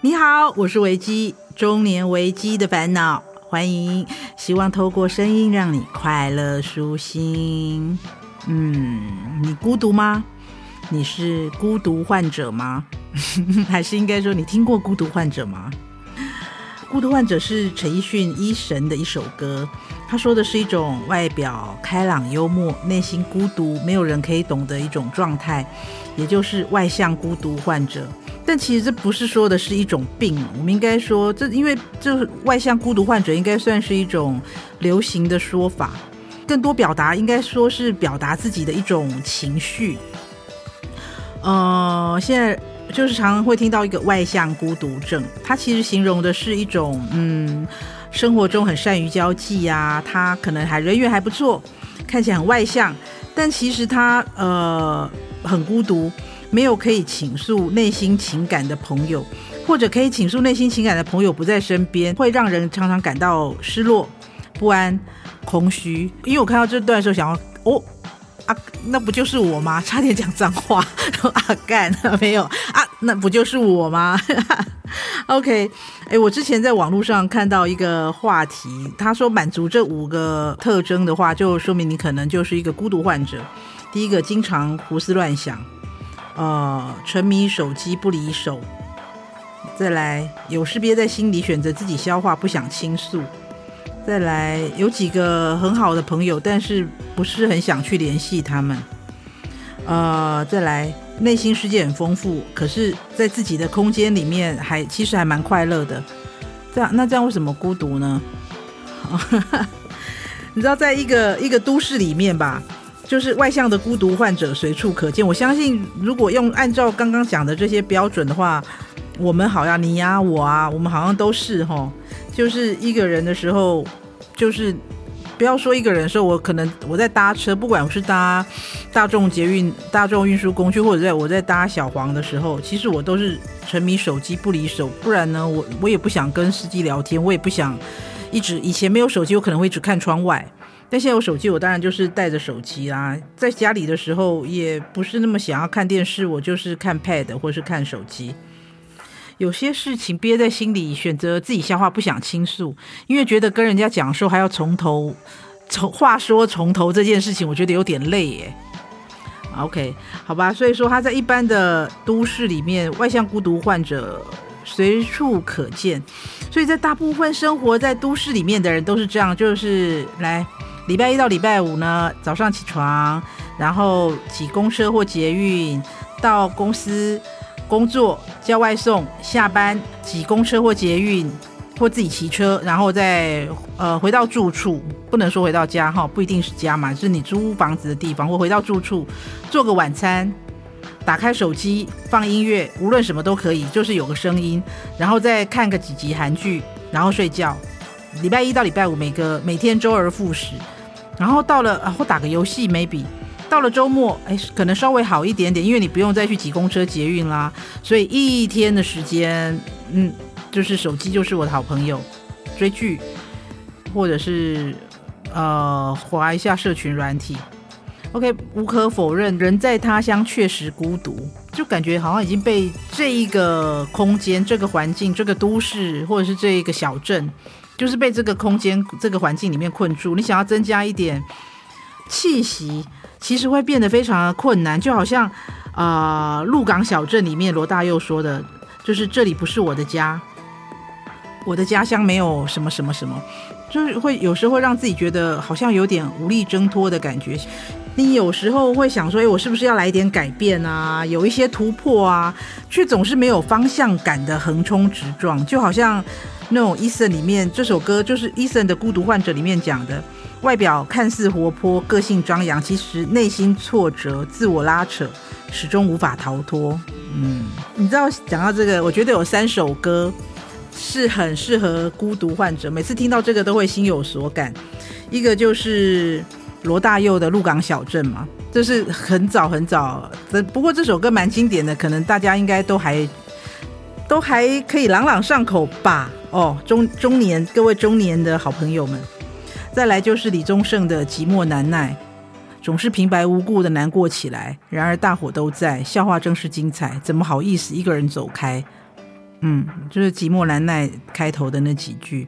你好，我是维基，中年危机的烦恼，欢迎，希望透过声音让你快乐舒心。你孤独吗？你是孤独患者吗？还是应该说你听过孤独患者吗？孤独患者是陈奕迅医神的一首歌，他说的是一种外表开朗幽默，内心孤独没有人可以懂的一种状态，也就是外向孤独患者。但其实这不是说的是一种病，我们应该说因为这外向孤独患者应该算是一种流行的说法，更多表达应该说是表达自己的一种情绪。现在就是常常会听到一个外向孤独症，它其实形容的是一种生活中很善于交际啊，他可能人缘还不错，看起来很外向，但其实他很孤独，没有可以倾诉内心情感的朋友，或者可以倾诉内心情感的朋友不在身边，会让人常常感到失落、不安、空虚。因为我看到这段的时候想要那不就是我吗？差点讲脏话干没有那不就是我吗OK， 我之前在网络上看到一个话题，他说满足这5个特征的话，就说明你可能就是一个孤独患者。第一个，经常胡思乱想，沉迷手机不离手，再来有事憋在心里，选择自己消化，不想倾诉，再来有几个很好的朋友，但是不是很想去联系他们，再来内心世界很丰富，可是在自己的空间里面其实还蛮快乐的。这样为什么孤独呢？你知道在一个都市里面吧，就是外向的孤独患者随处可见。我相信如果按照刚刚讲的这些标准的话，我们好像你啊我啊，我们好像都是就是一个人的时候，就是不要说一个人的时候，我在搭车，不管我是搭大众捷运、大众运输工具，或者我在搭小黄的时候，其实我都是沉迷手机不离手。不然呢，我也不想跟司机聊天，我也不想以前没有手机，我可能会一直看窗外，但现在有手机，我当然就是带着手机啦。在家里的时候也不是那么想要看电视，我就是看 pad 或是看手机。有些事情憋在心里，选择自己消化，不想倾诉，因为觉得跟人家讲说还要话说从头这件事情，我觉得有点累耶。OK， 好吧，所以说他在一般的都市里面，外向孤独患者随处可见，所以在大部分生活在都市里面的人都是这样，就是礼拜一到礼拜五呢，早上起床，然后挤公车或捷运到公司工作，叫外送，下班挤公车或捷运或自己骑车，然后再回到住处，不能说回到家不一定是家嘛，就是你租房子的地方，或回到住处做个晚餐，打开手机放音乐，无论什么都可以，就是有个声音，然后再看个几集韩剧，然后睡觉。礼拜一到礼拜五每天周而复始，然后到了或打个游戏 maybe。到了周末可能稍微好一点点，因为你不用再去挤公车捷运啦，所以一天的时间就是手机就是我的好朋友，追剧或者是滑一下社群软体。 OK， 无可否认人在他乡确实孤独，就感觉好像已经被这一个空间、这个环境、这个都市或者是这一个小镇，就是被这个空间这个环境里面困住，你想要增加一点气息其实会变得非常的困难。就好像鹿港小镇里面罗大佑说的，就是这里不是我的家，我的家乡没有什么什么什么，就是有时候会让自己觉得好像有点无力挣脱的感觉。你有时候会想说我是不是要来一点改变啊，有一些突破啊，却总是没有方向感的横冲直撞。就好像那种 Eason 里面这首歌，就是 Eason 的孤独患者里面讲的，外表看似活泼个性张扬，其实内心挫折自我拉扯，始终无法逃脱。你知道讲到这个，我觉得有3首歌是很适合孤独患者，每次听到这个都会心有所感。一个就是罗大佑的鹿港小镇嘛，这是很早很早，不过这首歌蛮经典的，可能大家应该都还可以朗朗上口吧。中年各位中年的好朋友们。再来就是李宗盛的寂寞难耐，总是平白无故的难过起来，然而大伙都在，笑话正是精彩，怎么好意思一个人走开。 就是寂寞难耐开头的那几句。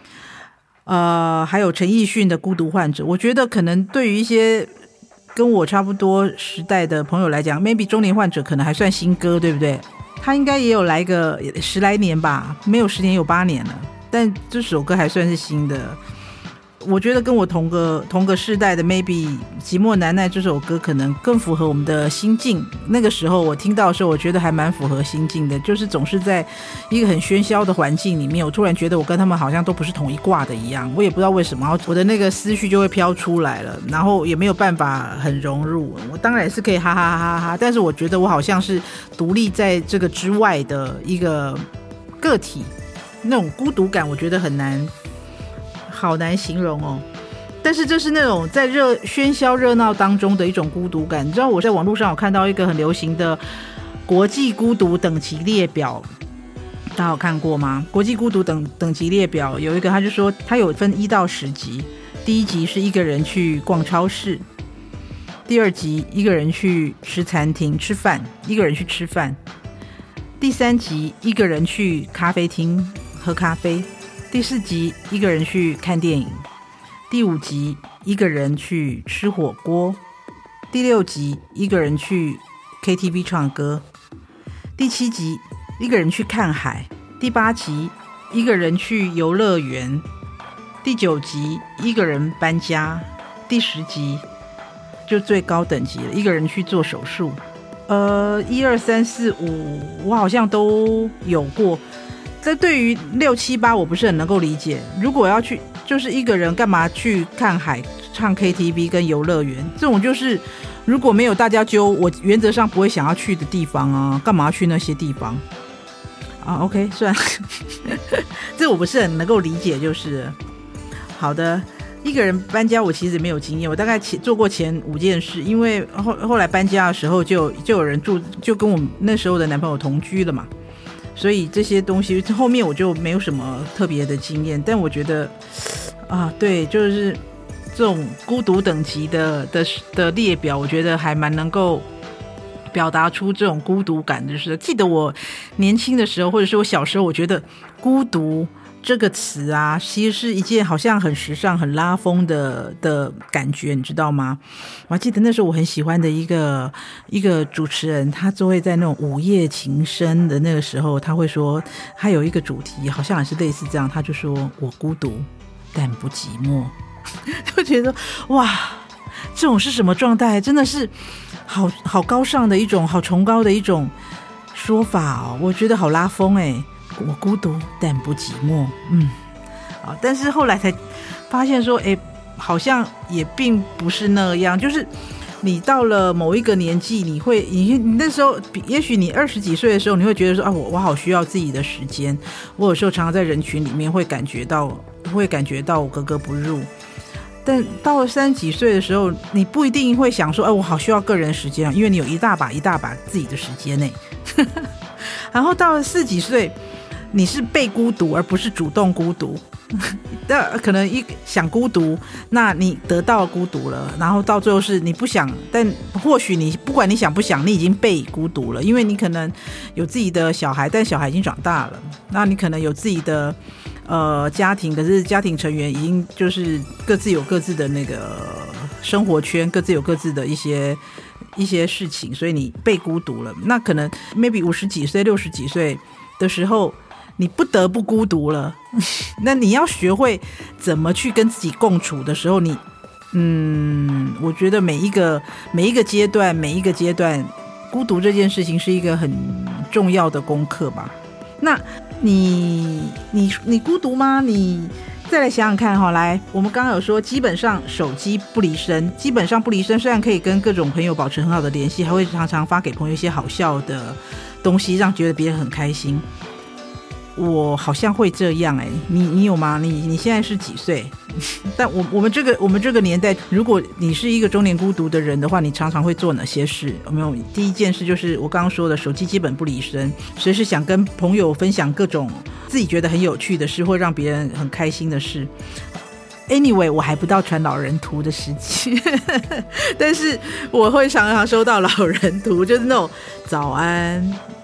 还有陈奕迅的孤独患者，我觉得可能对于一些跟我差不多时代的朋友来讲 maybe 中年患者可能还算新歌，对不对？他应该也有来个10来年吧，没有10年有8年了，但这首歌还算是新的。我觉得跟我同个世代的 maybe 寂寞难耐这首歌可能更符合我们的心境。那个时候我听到的时候，我觉得还蛮符合心境的，就是总是在一个很喧嚣的环境里面，我突然觉得我跟他们好像都不是同一挂的一样，我也不知道为什么，我的那个思绪就会飘出来了，然后也没有办法很融入。我当然也是可以哈哈哈哈，但是我觉得我好像是独立在这个之外的一个个体，那种孤独感我觉得好难形容哦。但是这是那种在喧嚣热闹当中的一种孤独感。你知道我在网络上有看到一个很流行的国际孤独等级列表，大家有看过吗？国际孤独等级列表有一个，他就说他有分1到10级，第1级是一个人去逛超市，第2级一个人去吃餐厅吃饭，一个人去吃饭，第3级一个人去咖啡厅喝咖啡，第4集一个人去看电影，第5集一个人去吃火锅，第6集一个人去 KTV 唱歌，第7集一个人去看海，第8集一个人去游乐园，第9集一个人搬家，第10集就最高等级了，一个人去做手术。1、2、3、4、5我好像都有过，但对于6、7、8我不是很能够理解。如果要去就是一个人干嘛去看海唱 KTV 跟游乐园，这种就是如果没有大家揪，我原则上不会想要去的地方啊，干嘛要去那些地方啊 ？OK 算了这我不是很能够理解就是了。好的，一个人搬家我其实没有经验，我大概做过前5件事，因为后来搬家的时候就有人住，就跟我那时候的男朋友同居了嘛，所以这些东西后面我就没有什么特别的经验。但我觉得对，就是这种孤独等级的列表，我觉得还蛮能够表达出这种孤独感。就是记得我年轻的时候，或者是我小时候，我觉得孤独这个词啊，其实是一件好像很时尚很拉风的感觉，你知道吗？我还记得那时候我很喜欢的一个主持人，他就会在那种午夜情深的那个时候，他会说他有一个主题好像也是类似这样，他就说我孤独但不寂寞就觉得哇，这种是什么状态？真的是好高尚的一种，好崇高的一种说法哦，我觉得好拉风欸。我孤独但不寂寞，但是后来才发现说，好像也并不是那样。就是你到了某一个年纪，你那时候，也许你20几岁的时候，你会觉得说我好需要自己的时间。我有时候常常在人群里面会感觉到我格格不入。但到了30几岁的时候，你不一定会想说，我好需要个人时间啊，因为你有一大把自己的时间呢。然后到了40几岁，你是被孤独而不是主动孤独可能想孤独，那你得到孤独了，然后到最后是你不想，但或许你不管你想不想，你已经被孤独了，因为你可能有自己的小孩，但小孩已经长大了，那你可能有自己的家庭，可是家庭成员已经就是各自有各自的那个生活圈，各自有各自的一些事情，所以你被孤独了。那可能 maybe 50几岁60几岁的时候，你不得不孤独了那你要学会怎么去跟自己共处的时候，我觉得每一个阶段孤独这件事情是一个很重要的功课吧。那你孤独吗？你再来想想看哈，来，我们刚刚有说基本上手机不离身，虽然可以跟各种朋友保持很好的联系，还会常常发给朋友一些好笑的东西，让觉得别人很开心。我好像会这样你有吗？你现在是几岁？但我们这个年代，如果你是一个中年孤独的人的话，你常常会做哪些事？有没有？第一件事就是我刚刚说的，手机基本不离身，随时想跟朋友分享各种自己觉得很有趣的事，或让别人很开心的事。Anyway， 我还不到传老人图的时期但是我会常常收到老人图，就是那种早安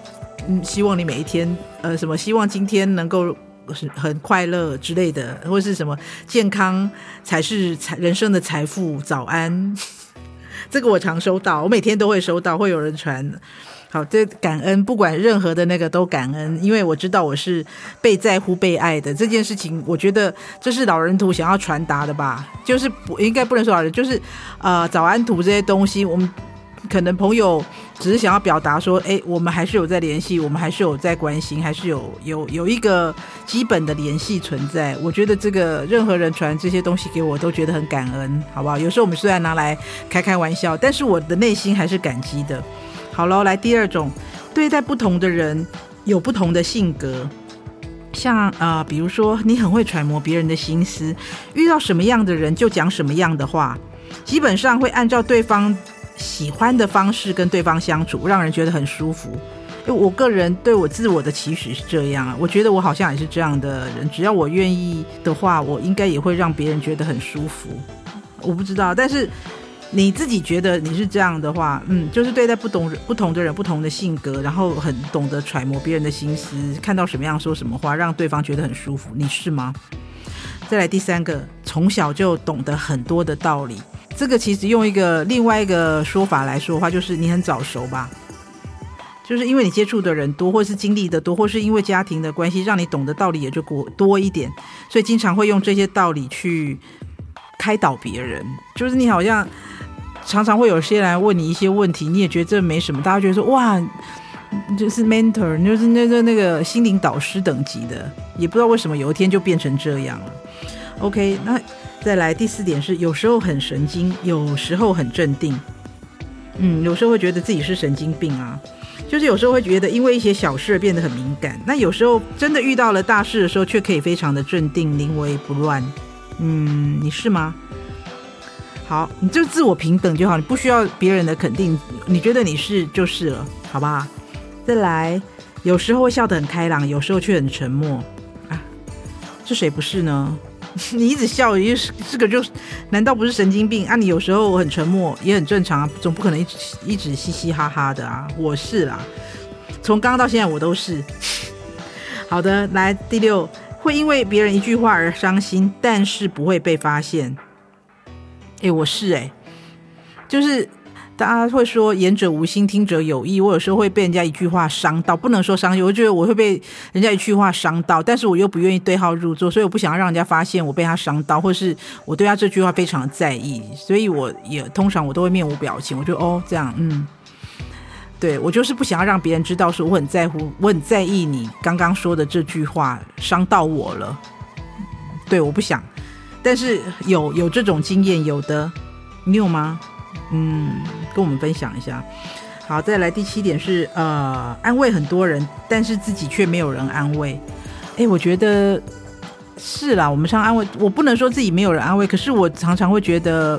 希望你每一天什么希望今天能够很快乐之类的，或是什么健康才是人生的财富，早安这个我常收到，我每天都会收到，会有人传。好，这感恩，不管任何的那个都感恩，因为我知道我是被在乎被爱的这件事情，我觉得这是老人图想要传达的吧，就是应该不能说老人，就是早安图这些东西，我们可能朋友只是想要表达说，我们还是有在联系，我们还是有在关心，还是有一个基本的联系存在。我觉得这个任何人传这些东西给我都觉得很感恩，好不好？有时候我们虽然拿来开玩笑，但是我的内心还是感激的。好了，来第二种，对待不同的人有不同的性格，像比如说你很会揣摩别人的心思，遇到什么样的人就讲什么样的话，基本上会按照对方喜欢的方式跟对方相处，让人觉得很舒服。我个人对我自我的期许是这样，我觉得我好像也是这样的人，只要我愿意的话，我应该也会让别人觉得很舒服。我不知道，但是你自己觉得你是这样的话，就是对待不同的人不同的性格，然后很懂得揣摩别人的心思，看到什么样说什么话，让对方觉得很舒服，你是吗？再来第三个，从小就懂得很多的道理，这个其实用另外一个说法来说的话，就是你很早熟吧，就是因为你接触的人多，或是经历的多，或是因为家庭的关系，让你懂的道理也就多一点，所以经常会用这些道理去开导别人。就是你好像常常会有些人来问你一些问题，你也觉得这没什么，大家觉得说哇，就是 mentor， 就是那个心灵导师等级的，也不知道为什么有一天就变成这样了。OK， 那再来第4点是，有时候很神经，有时候很镇定。有时候会觉得自己是神经病啊，就是有时候会觉得因为一些小事变得很敏感，那有时候真的遇到了大事的时候，却可以非常的镇定，临危不乱。你是吗？好，你就自我平等就好，你不需要别人的肯定，你觉得你是就是了，好不好？再来，有时候会笑得很开朗，有时候却很沉默啊，这谁不是呢？你一直笑，这个就难道不是神经病啊？你有时候很沉默也很正常啊，总不可能一直嘻嘻哈哈的啊。我是啦，从刚刚到现在我都是。好的，来第6，会因为别人一句话而伤心，但是不会被发现。我是就是大家会说言者无心，听者有意，我有时候会被人家一句话伤到，不能说伤心，我觉得我会被人家一句话伤到，但是我又不愿意对号入座，所以我不想要让人家发现我被他伤到，或是我对他这句话非常的在意，所以我也通常我都会面无表情，我就这样对，我就是不想要让别人知道说我很在乎，我很在意你刚刚说的这句话伤到我了，对，我不想，但是有这种经验，有的，你有吗？跟我们分享一下。好，再来第7点是安慰很多人，但是自己却没有人安慰。我觉得是啦，我们常安慰，我不能说自己没有人安慰，可是我常常会觉得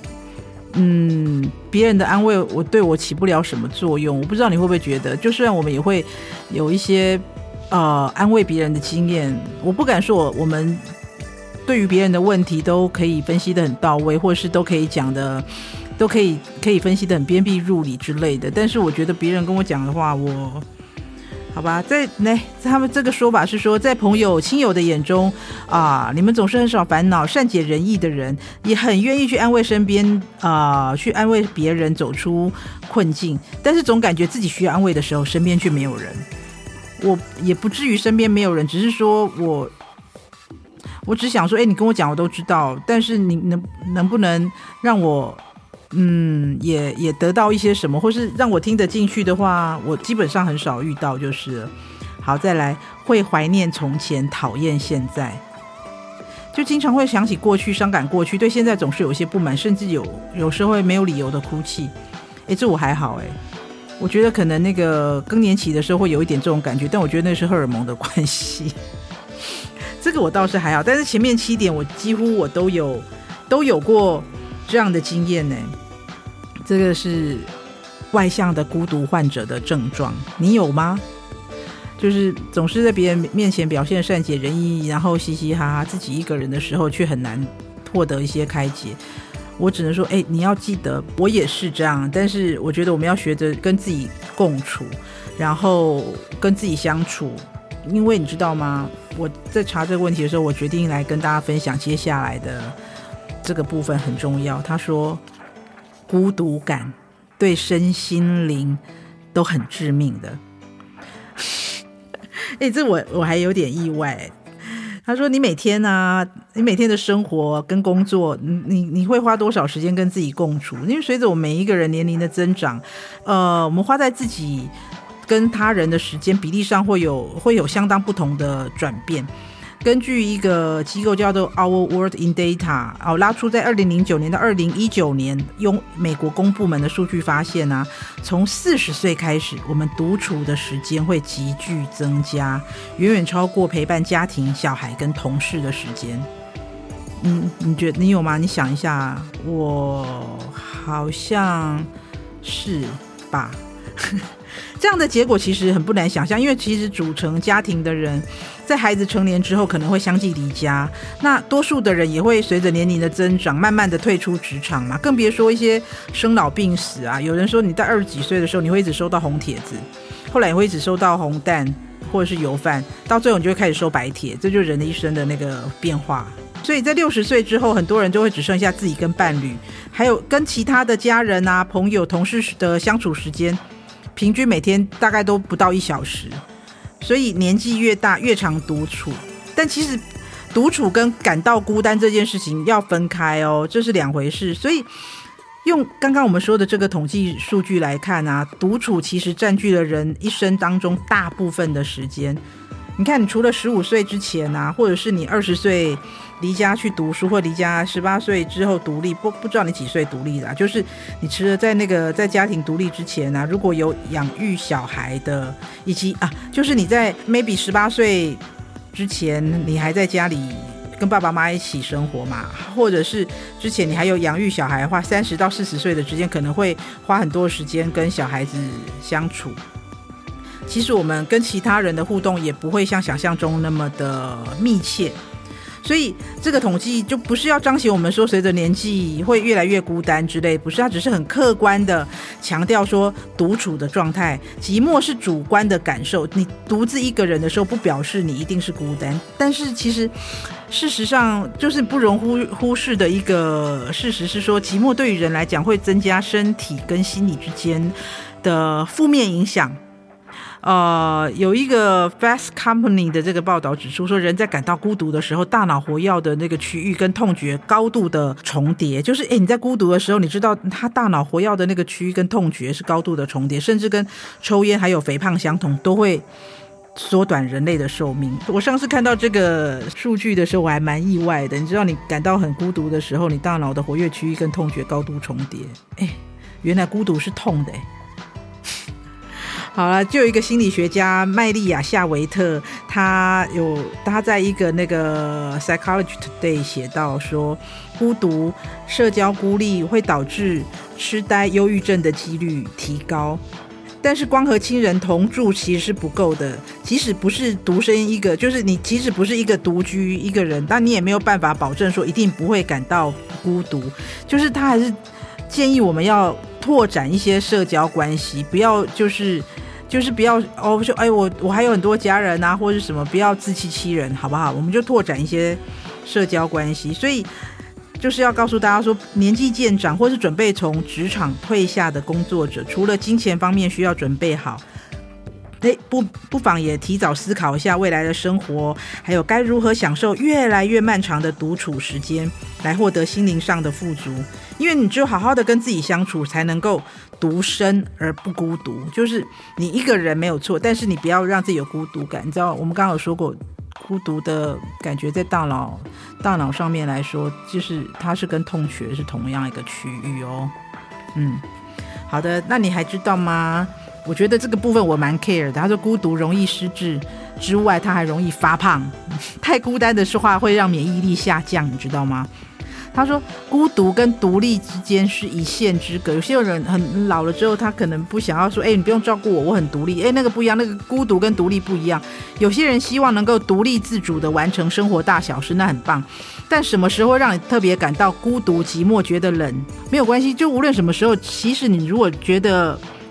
别人的安慰对我起不了什么作用。我不知道你会不会觉得，就虽然我们也会有一些安慰别人的经验，我不敢说我们对于别人的问题都可以分析得很到位，或是都可以讲的都可以分析得很鞭辟入里之类的，但是我觉得别人跟我讲的话，好吧，他们这个说法是说，在朋友亲友的眼中你们总是很少烦恼，善解人意的人，也很愿意去安慰身边去安慰别人走出困境，但是总感觉自己需要安慰的时候，身边却没有人。我也不至于身边没有人，只是说我只想说，你跟我讲我都知道，但是你能不能让我也得到一些什么，或是让我听得进去的话，我基本上很少遇到就是了。好，再来，会怀念从前，讨厌现在，就经常会想起过去，伤感过去，对现在总是有些不满，甚至有时候会没有理由的哭泣。这我还好我觉得可能那个更年期的时候会有一点这种感觉，但我觉得那是荷尔蒙的关系。这个我倒是还好，但是前面7点我几乎我都有过这样的经验呢。这个是外向的孤独患者的症状，你有吗？就是总是在别人面前表现善解人意，然后嘻嘻哈哈，自己一个人的时候却很难获得一些开解。我只能说你要记得我也是这样，但是我觉得我们要学着跟自己共处， 然后跟自己相处。因为你知道吗，我在查这个问题的时候，我决定来跟大家分享接下来的这个部分很重要。他说孤独感对身心灵都很致命的。这我还有点意外。他说你每天的生活跟工作，你会花多少时间跟自己共处？因为随着我们每一个人年龄的增长，我们花在自己跟他人的时间比例上会有相当不同的转变。根据一个机构叫做 Our World in Data 拉出在2009年到2019年用美国公部门的数据发现从40岁开始，我们独处的时间会急剧增加，远远超过陪伴家庭、小孩跟同事的时间。你觉得你有吗？你想一下，我好像是吧。这样的结果其实很不难想象，因为其实组成家庭的人在孩子成年之后可能会相继离家，那多数的人也会随着年龄的增长慢慢的退出职场嘛，更别说一些生老病死有人说你在20几岁的时候你会一直收到红帖子，后来也会一直收到红蛋或者是油饭，到最后你就会开始收白帖，这就是人的一生的那个变化。所以在60岁之后，很多人就会只剩下自己跟伴侣，还有跟其他的家人朋友同事的相处时间平均每天大概都不到1小时，所以年纪越大越常独处。但其实独处跟感到孤单这件事情要分开这是两回事。所以用刚刚我们说的这个统计数据来看独处其实占据了人一生当中大部分的时间。你看，你除了15岁之前或者是你20岁离家去读书，或离家18岁之后独立，不知道你几岁独立的就是你除了在家庭独立之前如果有养育小孩的，以及就是你在 maybe 18岁之前你还在家里跟爸爸妈妈一起生活嘛，或者是之前你还有养育小孩的话，30到40岁的之间可能会花很多时间跟小孩子相处。其实我们跟其他人的互动也不会像想象中那么的密切，所以这个统计就不是要彰显我们说随着年纪会越来越孤单之类，不是，它只是很客观的强调说独处的状态，寂寞是主观的感受，你独自一个人的时候不表示你一定是孤单。但是其实事实上就是不容忽视的一个事实是说，寂寞对于人来讲会增加身体跟心理之间的负面影响。有一个 Fast Company 的这个报道指出说，人在感到孤独的时候，大脑活跃的那个区域跟痛觉高度的重叠，就是你在孤独的时候，你知道他大脑活跃的那个区域跟痛觉是高度的重叠，甚至跟抽烟还有肥胖相同，都会缩短人类的寿命。我上次看到这个数据的时候我还蛮意外的，你知道你感到很孤独的时候，你大脑的活跃区域跟痛觉高度重叠，原来孤独是痛的好了，就有一个心理学家麦利亚夏维特，他在一个那个 Psychology Today 写到说，孤独、社交孤立会导致痴呆、忧郁症的几率提高。但是光和亲人同住其实是不够的，即使不是独身一个，就是你即使不是一个独居一个人，但你也没有办法保证说一定不会感到孤独。就是他还是建议我们要拓展一些社交关系，不要就是不要说我还有很多家人或者什么，不要自欺欺人，好不好？我们就拓展一些社交关系。所以就是要告诉大家说，年纪渐长或是准备从职场退下的工作者，除了金钱方面需要准备好，不妨也提早思考一下未来的生活，还有该如何享受越来越漫长的独处时间，来获得心灵上的富足。因为你只有好好的跟自己相处，才能够独身而不孤独。就是你一个人没有错，但是你不要让自己有孤独感。你知道我们刚刚有说过，孤独的感觉在大脑上面来说，就是它是跟痛觉是同样一个区域好的，那你还知道吗？我觉得这个部分我蛮 care 的。他说孤独容易失智之外，他还容易发胖。太孤单的话会让免疫力下降，你知道吗？他说孤独跟独立之间是一线之隔。有些人很老了之后，他可能不想要说你不用照顾我很独立，那个不一样，那个孤独跟独立不一样。有些人希望能够独立自主的完成生活大小事，那很棒。但什么时候让你特别感到孤独寂寞觉得冷，没有关系，就无论什么时候，其实你如果觉得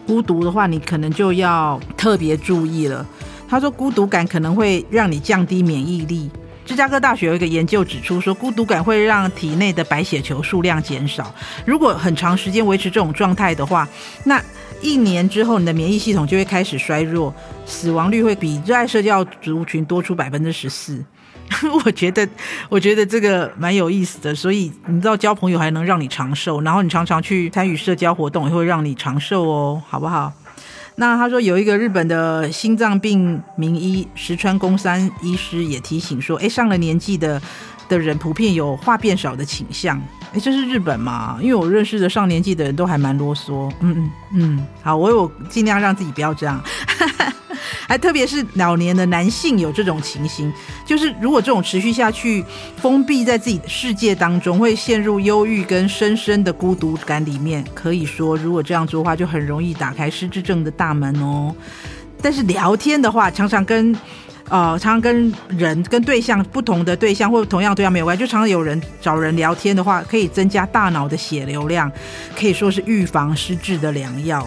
孤独的话，你可能就要特别注意了。他说孤独感可能会让你降低免疫力。芝加哥大学有一个研究指出说，孤独感会让体内的白血球数量减少。如果很长时间维持这种状态的话，那1年之后你的免疫系统就会开始衰弱，死亡率会比热爱社交族群多出 14%。我觉得这个蛮有意思的，所以你知道交朋友还能让你长寿，然后你常常去参与社交活动也会让你长寿哦，好不好？那他说有一个日本的心脏病名医石川公三医师也提醒说，上了年纪的人普遍有话变少的倾向。这是日本嘛？因为我认识的上年纪的人都还蛮啰嗦。好，我有尽量让自己不要这样。还特别是老年的男性有这种情形，就是如果这种持续下去，封闭在自己的世界当中，会陷入忧郁跟深深的孤独感里面。可以说如果这样做的话，就很容易打开失智症的大门哦。但是聊天的话，常常跟人跟对象不同的对象或同样对象没有关系，就常常有人找人聊天的话，可以增加大脑的血流量，可以说是预防失智的良药。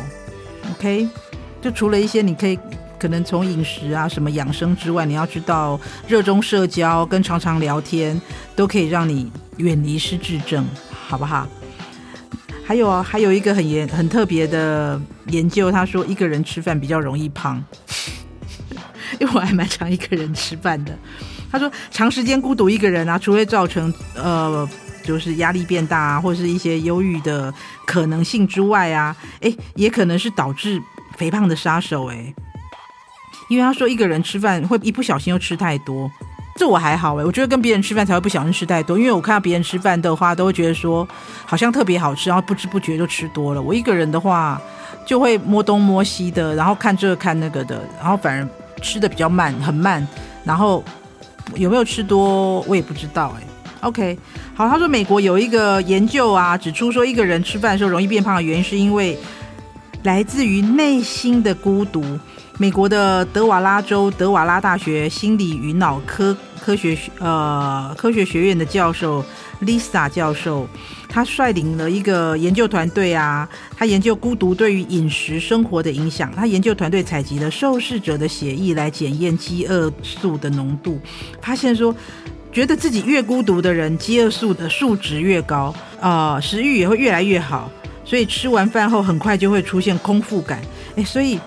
OK， 就除了一些你可能从饮食啊什么养生之外，你要知道热衷社交跟常常聊天都可以让你远离失智症，好不好？还有一个很特别的研究，他说一个人吃饭比较容易胖。因为我还蛮常一个人吃饭的。他说长时间孤独一个人啊，除了造成就是压力变大啊，或是一些忧郁的可能性之外啊，也可能是导致肥胖的杀手。因为他说一个人吃饭会一不小心又吃太多。这我还好我觉得跟别人吃饭才会不小心吃太多，因为我看到别人吃饭的话都会觉得说好像特别好吃，然后不知不觉就吃多了。我一个人的话就会摸东摸西的，然后看这个看那个的，然后反而吃的比较慢，很慢，然后有没有吃多我也不知道。OK， 好，他说美国有一个研究啊，指出说一个人吃饭的时候容易变胖的原因是因为来自于内心的孤独。美国的德瓦拉州德瓦拉大学心理与脑科学学院的教授 Lisa 教授，他率领了一个研究团队啊，他研究孤独对于饮食生活的影响。他研究团队采集了受试者的血液来检验饥饿素的浓度，发现说觉得自己越孤独的人饥饿素的数值越高，食欲也会越来越好，所以吃完饭后很快就会出现空腹感。所以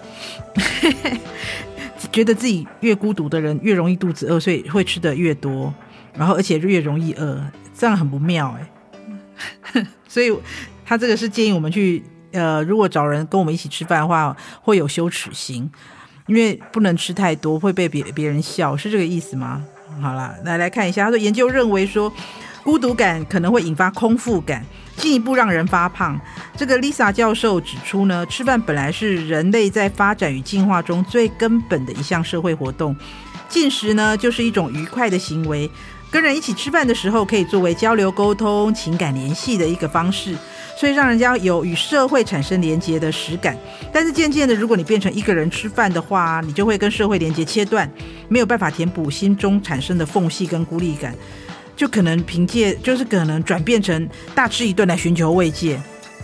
觉得自己越孤独的人越容易肚子饿，所以会吃的越多，然后而且越容易饿，这样很不妙。所以他这个是建议我们去如果找人跟我们一起吃饭的话会有羞耻心，因为不能吃太多会被别人笑，是这个意思吗？好啦，来看一下。他说研究认为说孤独感可能会引发空腹感，进一步让人发胖。这个 Lisa 教授指出呢，吃饭本来是人类在发展与进化中最根本的一项社会活动，进食呢就是一种愉快的行为，跟人一起吃饭的时候可以作为交流沟通情感联系的一个方式，所以让人家有与社会产生连结的实感。但是渐渐的如果你变成一个人吃饭的话，你就会跟社会连结切断，没有办法填补心中产生的缝隙跟孤立感，就可能可能转变成大吃一顿来寻求慰藉。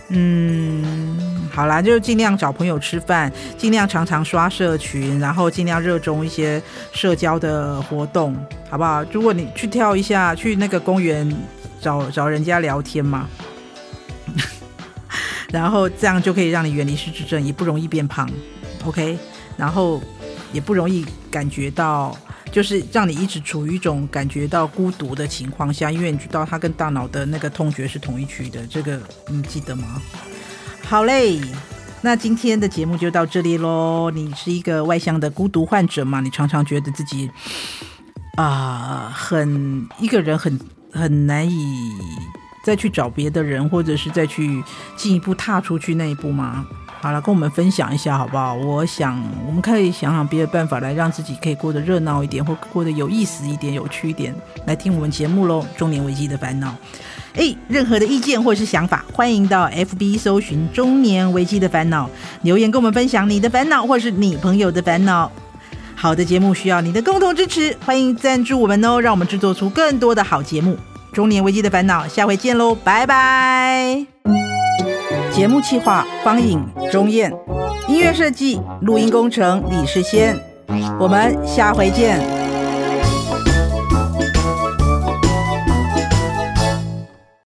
好啦，就尽量找朋友吃饭，尽量常常刷社群，然后尽量热衷一些社交的活动，好不好？如果你去跳一下，去那个公园找人家聊天嘛然后这样就可以让你远离失智症，也不容易变胖 OK， 然后也不容易感觉到就是让你一直处于一种感觉到孤独的情况下，因为你知道它跟大脑的那个痛觉是同一区的，这个你记得吗？好嘞，那今天的节目就到这里咯。你是一个外向的孤独患者嘛？你常常觉得自己一个人很难以再去找别的人，或者是再去进一步踏出去那一步吗？好了，跟我们分享一下好不好？我想我们可以想想别的办法来让自己可以过得热闹一点，或过得有意思一点，有趣一点，来听我们节目咯。中年危机的烦恼。任何的意见或是想法，欢迎到 FB 搜寻中年危机的烦恼，留言跟我们分享你的烦恼或是你朋友的烦恼。好的节目需要你的共同支持，欢迎赞助我们哦，让我们制作出更多的好节目。中年危机的烦恼，下回见咯，拜拜。 节目企划方颖、钟燕，音乐设计、录音工程李世先。我们下回见。